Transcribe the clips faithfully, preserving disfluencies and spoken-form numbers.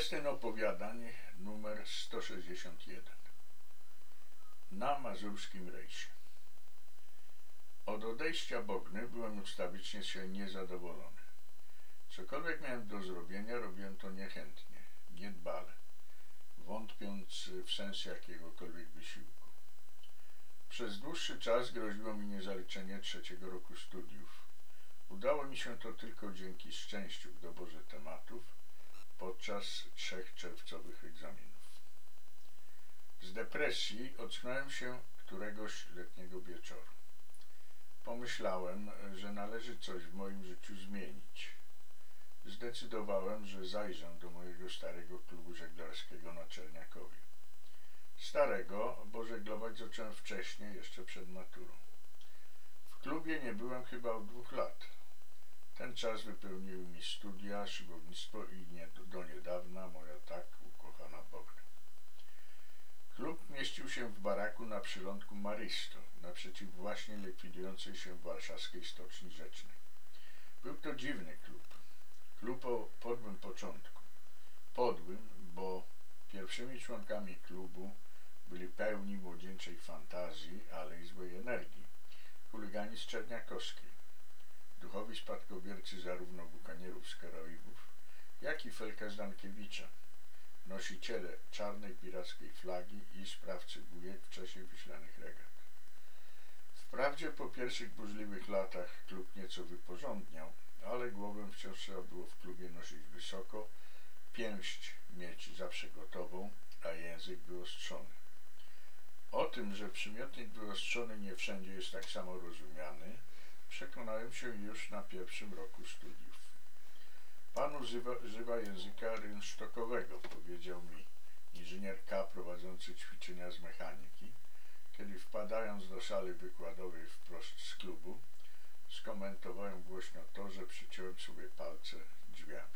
Festyn opowiadań numer sto sześćdziesiąt jeden. Na mazurskim rejsie. Od odejścia Bogny byłem ustawicznie się niezadowolony. Cokolwiek miałem do zrobienia, robiłem to niechętnie, niedbale, wątpiąc w sens jakiegokolwiek wysiłku. Przez dłuższy czas groziło mi niezaliczenie trzeciego roku studiów. Udało mi się to tylko dzięki szczęściu w doborze tematów podczas trzech czerwcowych egzaminów. Z depresji ocknąłem się któregoś letniego wieczoru. Pomyślałem, że należy coś w moim życiu zmienić. Zdecydowałem, że zajrzę do mojego starego klubu żeglarskiego na Czerniakowie. Starego, bo żeglować zacząłem wcześniej, jeszcze przed maturą. W klubie nie byłem chyba od dwóch lat. Ten czas wypełniły mi studia, szybownictwo i nie, do niedawna moja tak ukochana Bogna. Klub mieścił się w baraku na przylądku Marysto, naprzeciw właśnie likwidującej się warszawskiej Stoczni Rzecznej. Był to dziwny klub. Klub o podłym początku. Podłym, bo pierwszymi członkami klubu byli pełni młodzieńczej fantazji, ale i złej energii. Chuligani z Czerniakowskiej. Duchowi spadkobiercy zarówno bukanierów z Karaibów, jak i Felka Zdankiewicza, nosiciele czarnej pirackiej flagi i sprawcy bujek w czasie wyślanych regat. Wprawdzie po pierwszych burzliwych latach klub nieco wyporządniał, ale głowę wciąż trzeba było w klubie nosić wysoko, pięść mieć zawsze gotową, a język wyostrzony. O tym, że przymiotnik wyostrzony nie wszędzie jest tak samo rozumiany, przekonałem się już na pierwszym roku studiów. Pan używa, używa języka rynsztokowego, powiedział mi inżynier K. prowadzący ćwiczenia z mechaniki, kiedy wpadając do sali wykładowej wprost z klubu, skomentowałem głośno to, że przyciąłem sobie palce drzwiami.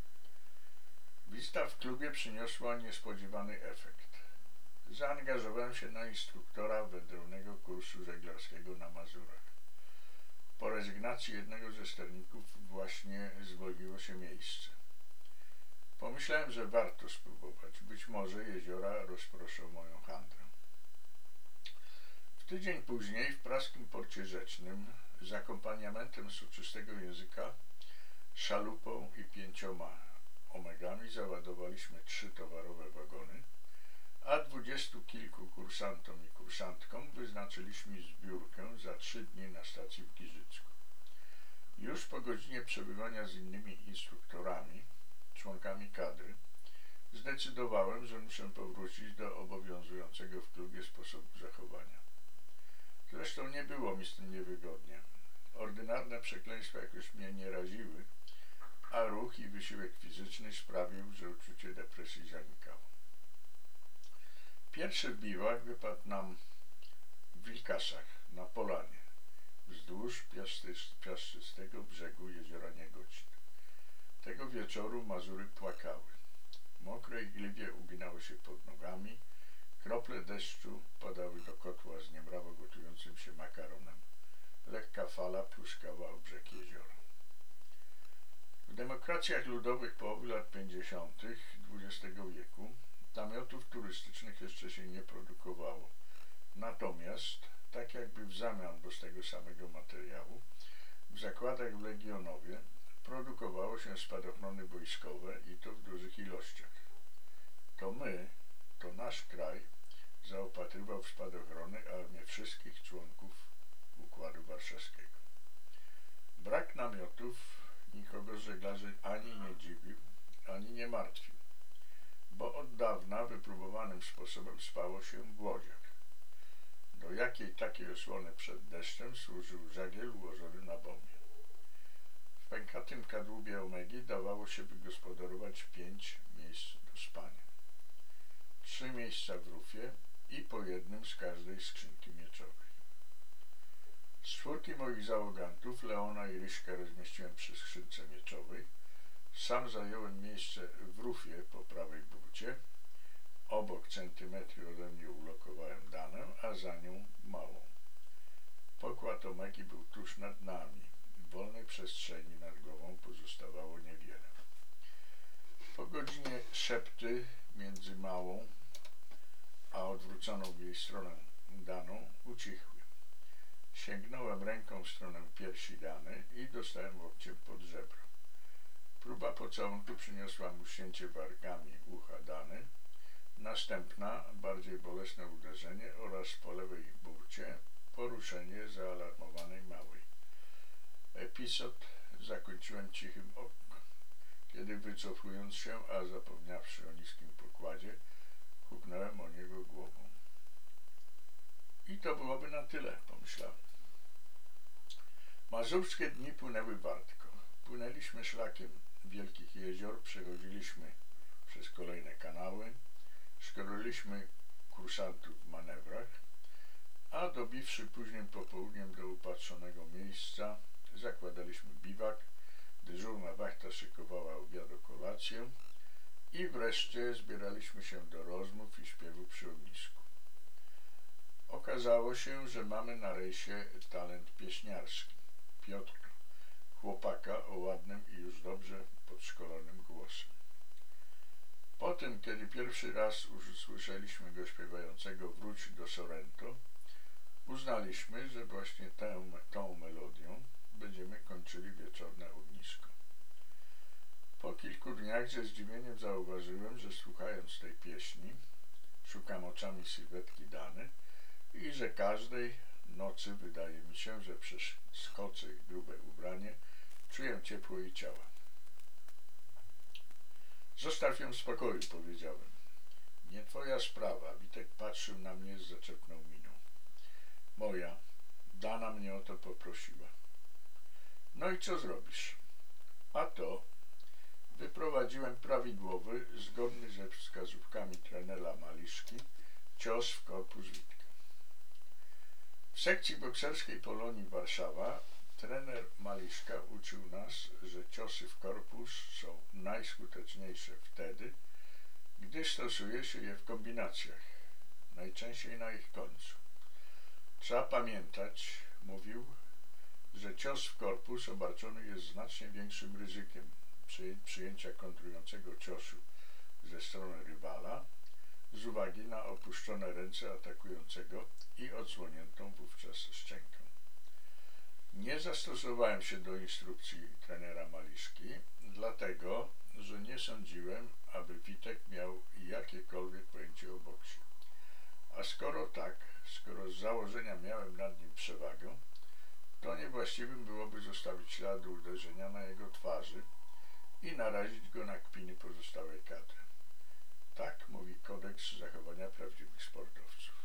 Wizyta w klubie przyniosła niespodziewany efekt. Zaangażowałem się na instruktora wędrownego kursu żeglarskiego na Mazurach. Po rezygnacji jednego ze sterników właśnie zwolniło się miejsce. Pomyślałem, że warto spróbować. Być może jeziora rozproszą moją handrę. W tydzień później w praskim porcie rzecznym z akompaniamentem soczystego języka, szalupą i pięcioma omegami załadowaliśmy trzy towarowe wagony, a dwudziestu kilku kursantom i kursantkom wyznaczyliśmy zbiórkę za trzy dni na stacji w Giżycku. Już po godzinie przebywania z innymi instruktorami, członkami kadry, zdecydowałem, że muszę powrócić do obowiązującego w klubie sposobu zachowania. Zresztą nie było mi z tym niewygodnie. Ordynarne przekleństwa jakoś mnie nie raziły, a ruch i wysiłek fizyczny sprawił, że uczucie depresji zanikało. Pierwszy biwak wypadł nam w Wilkaszach, na Polanie, wzdłuż piaszczystego brzegu jeziora Niegośćn. Tego wieczoru Mazury płakały. Mokre igliwie uginały się pod nogami, krople deszczu padały do kotła z niemrawo gotującym się makaronem. Lekka fala pluskała o brzeg jeziora. W demokracjach ludowych połowy lat pięćdziesiątych dwudziestego wieku namiotów turystycznych jeszcze się nie produkowało. Natomiast, tak jakby w zamian do tego samego materiału, w zakładach w Legionowie produkowało się spadochrony wojskowe i to w dużych ilościach. To my, to nasz kraj zaopatrywał w spadochrony armię wszystkich członków Układu Warszawskiego. Brak namiotów nikogo z żeglarzy ani nie dziwił, ani nie martwił, bo od dawna wypróbowanym sposobem spało się w łodziach. Do jakiej takiej osłony przed deszczem służył żagiel ułożony na bombie. W pękatym kadłubie omegi dawało się wygospodarować pięć miejsc do spania. Trzy miejsca w rufie i po jednym z każdej skrzynki mieczowej. Z czwórki moich załogantów, Leona i Ryśka, rozmieściłem przy skrzynce mieczowej. Sam zająłem miejsce w rufie po prawej burcie. Obok centymetry ode mnie ulokowałem Danę, a za nią małą. Pokład omegi był tuż nad nami. Wolnej przestrzeni nad głową pozostawało niewiele. Po godzinie szepty między Małą a odwróconą w jej stronę Daną ucichły. Sięgnąłem ręką w stronę piersi Dany i dostałem łokciem pod żebro. Próba pocałunku przyniosła mu ścięcie wargami ucha Dany, następna, bardziej bolesne uderzenie oraz po lewej burcie poruszenie zaalarmowanej Małej. Epizod zakończyłem cichym ok, kiedy wycofując się, a zapomniawszy o niskim pokładzie, huknąłem o niego głową. I to byłoby na tyle, pomyślałem. Mazurskie dni płynęły wartko. Płynęliśmy szlakiem wielkich jezior, przechodziliśmy przez kolejne kanały, szkoliliśmy kursantów w manewrach, a dobiwszy późnym popołudniem do upatrzonego miejsca, zakładaliśmy biwak, dyżurna wachta szykowała obiado-kolację i wreszcie zbieraliśmy się do rozmów i śpiewu przy ognisku. Okazało się, że mamy na rejsie talent pieśniarski. Piotr, chłopaka o ładnym i już dobrze podszkolonym głosem. Potem, kiedy pierwszy raz usłyszeliśmy go śpiewającego Wróć do Sorrento, uznaliśmy, że właśnie tę, tą melodią będziemy kończyli wieczorne ognisko. Po kilku dniach ze zdziwieniem zauważyłem, że słuchając tej pieśni szukam oczami sylwetki Dany i że każdej nocy wydaje mi się, że przez skoce i grube ubranie czuję ciepło jej ciała. Zostaw ją w spokoju, powiedziałem. Nie twoja sprawa. Witek patrzył na mnie z zaczepną miną. Moja. Dana mnie o to poprosiła. No i co zrobisz? A to wyprowadziłem prawidłowy, zgodny ze wskazówkami trenera Maliszki, cios w korpus Witka. W sekcji bokserskiej Polonii Warszawa trener Maliszka uczył nas, że ciosy w korpus są najskuteczniejsze wtedy, gdy stosuje się je w kombinacjach, najczęściej na ich końcu. Trzeba pamiętać, mówił, że cios w korpus obarczony jest znacznie większym ryzykiem przyjęcia kontrującego ciosu ze strony rywala z uwagi na opuszczone ręce atakującego i odsłoniętą wówczas szczękę. Nie zastosowałem się do instrukcji trenera Maliszki, dlatego, że nie sądziłem, aby Witek miał jakiekolwiek pojęcie o boksie. A skoro tak, skoro z założenia miałem nad nim przewagę, to niewłaściwym byłoby zostawić ślady uderzenia na jego twarzy i narazić go na kpiny pozostałej kadry. Tak mówi kodeks zachowania prawdziwych sportowców.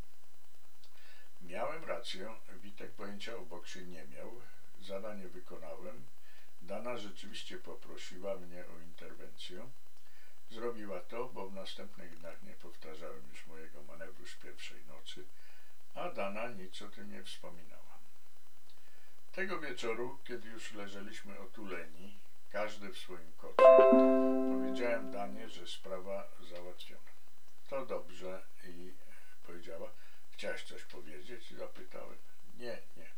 Miałem rację, Witek pojęcia o boksie nie miał, zadanie wykonałem, Dana rzeczywiście poprosiła mnie o interwencję. Zrobiła to, bo w następnych dniach nie powtarzałem już mojego manewru z pierwszej nocy, a Dana nic o tym nie wspominała. Tego wieczoru, kiedy już leżeliśmy otuleni, każdy w swoim kocie, powiedziałem Danie, że sprawa załatwiona. To dobrze i powiedziała, chciałaś coś powiedzieć? Zapytałem. Nie, nie.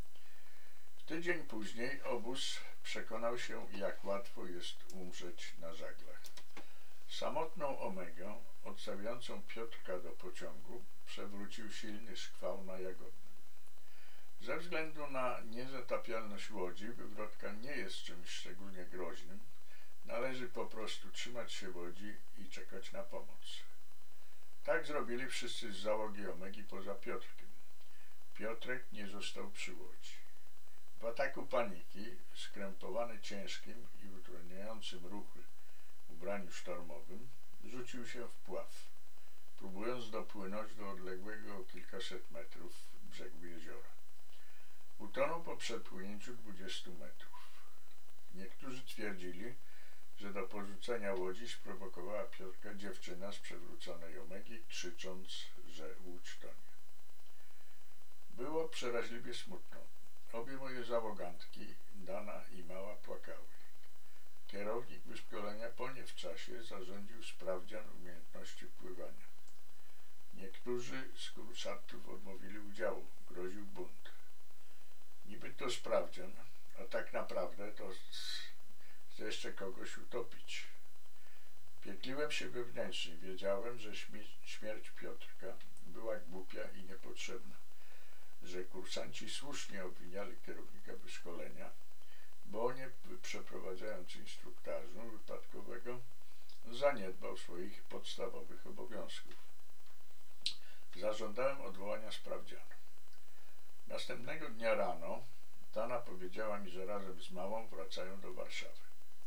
W tydzień później obóz przekonał się, jak łatwo jest umrzeć na żaglach. Samotną Omegę, odstawiającą Piotrka do pociągu, przewrócił silny szkwał na Jagodnym. Ze względu na niezatapialność łodzi wywrotka nie jest czymś szczególnie groźnym. Należy po prostu trzymać się łodzi i czekać na pomoc. Tak zrobili wszyscy z załogi Omegi poza Piotrkiem. Piotrek nie został przy łodzi. W ataku paniki, skrępowany ciężkim i utrudniającym ruchy ubraniu sztormowym, rzucił się w pław, próbując dopłynąć do odległego o kilkaset metrów brzegu jeziora. Utonął po przepłynięciu dwudziestu metrów. Niektórzy twierdzili, że do porzucenia łodzi sprowokowała Piotrka dziewczyna z przewróconej Omegi, krzycząc, że łódź tonie. Było przeraźliwie smutno. Obie moje załogantki, Dana i Mała, płakały. Kierownik wyszkolenia po nie w czasie zarządził sprawdzian umiejętności pływania. Niektórzy z kursantów odmówili udziału, groził bunt. Niby to sprawdzian, a tak naprawdę to chce jeszcze kogoś utopić. W piekliwym Śmiałem się wewnętrznie. Wiedziałem, że śmierć Piotrka była głupia i niepotrzebna, że kursanci słusznie obwiniali kierownika wyszkolenia, bo nie przeprowadzając instruktażu wypadkowego zaniedbał swoich podstawowych obowiązków. Zażądałem odwołania sprawdzianu. Następnego dnia rano Dana powiedziała mi, że razem z mamą wracają do Warszawy.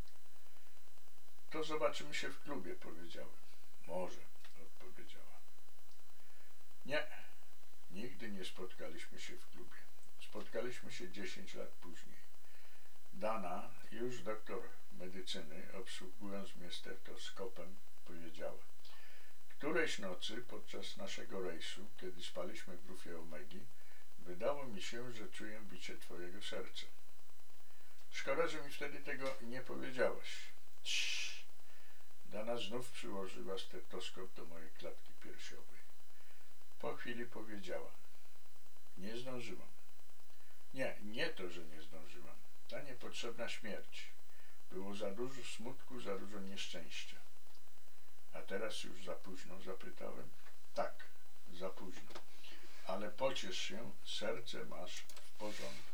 To zobaczymy się w klubie, powiedziałem. Może, odpowiedziała. Nie, nigdy nie spotkaliśmy się w klubie. Spotkaliśmy się dziesięć lat później. Dana, już doktor medycyny, obsługując mnie stetoskopem, powiedziała: którejś nocy podczas naszego rejsu, kiedy spaliśmy w rufie Omegi, wydało mi się, że czuję bicie twojego serca. Szkoda, że mi wtedy tego nie powiedziałaś. Cii. Dana znów przyłożyła stetoskop do mojej klatki piersiowej. Po chwili powiedziała: nie zdążyłam. Nie, nie to, że nie zdążyłam. Ta niepotrzebna śmierć. Było za dużo smutku, za dużo nieszczęścia. A teraz już za późno? Zapytałem. Tak, za późno. Ale pociesz się, serce masz w porządku.